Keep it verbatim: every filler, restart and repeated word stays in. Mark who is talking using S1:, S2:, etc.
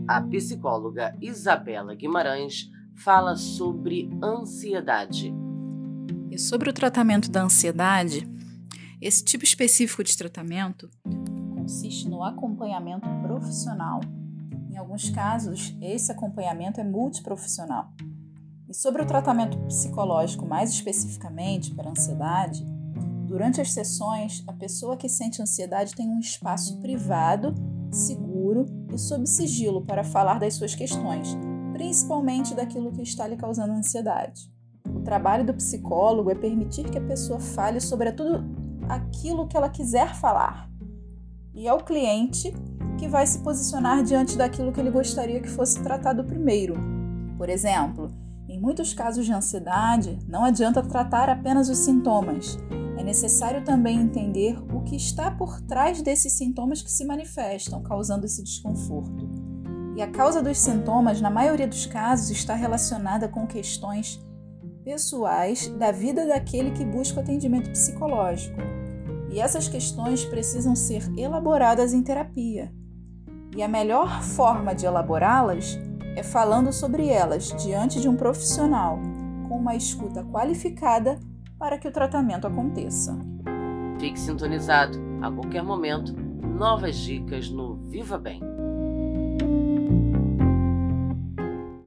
S1: A psicóloga Isabela Guimarães fala sobre ansiedade.
S2: E sobre o tratamento da ansiedade, esse tipo específico de tratamento consiste no acompanhamento profissional. Em alguns casos, esse acompanhamento é multiprofissional. E sobre o tratamento psicológico, mais especificamente para a ansiedade, durante as sessões, a pessoa que sente ansiedade tem um espaço privado, seguro e sob sigilo para falar das suas questões, principalmente daquilo que está lhe causando ansiedade. O trabalho do psicólogo é permitir que a pessoa fale sobre tudo aquilo que ela quiser falar. E é o cliente que vai se posicionar diante daquilo que ele gostaria que fosse tratado primeiro. Por exemplo, em muitos casos de ansiedade, não adianta tratar apenas os sintomas. É necessário também entender o que está por trás desses sintomas que se manifestam, causando esse desconforto. E a causa dos sintomas, na maioria dos casos, está relacionada com questões pessoais da vida daquele que busca o atendimento psicológico. E essas questões precisam ser elaboradas em terapia. E a melhor forma de elaborá-las é falando sobre elas diante de um profissional, com uma escuta qualificada para que o tratamento aconteça.
S1: Fique sintonizado. A qualquer momento, novas dicas no Viva Bem.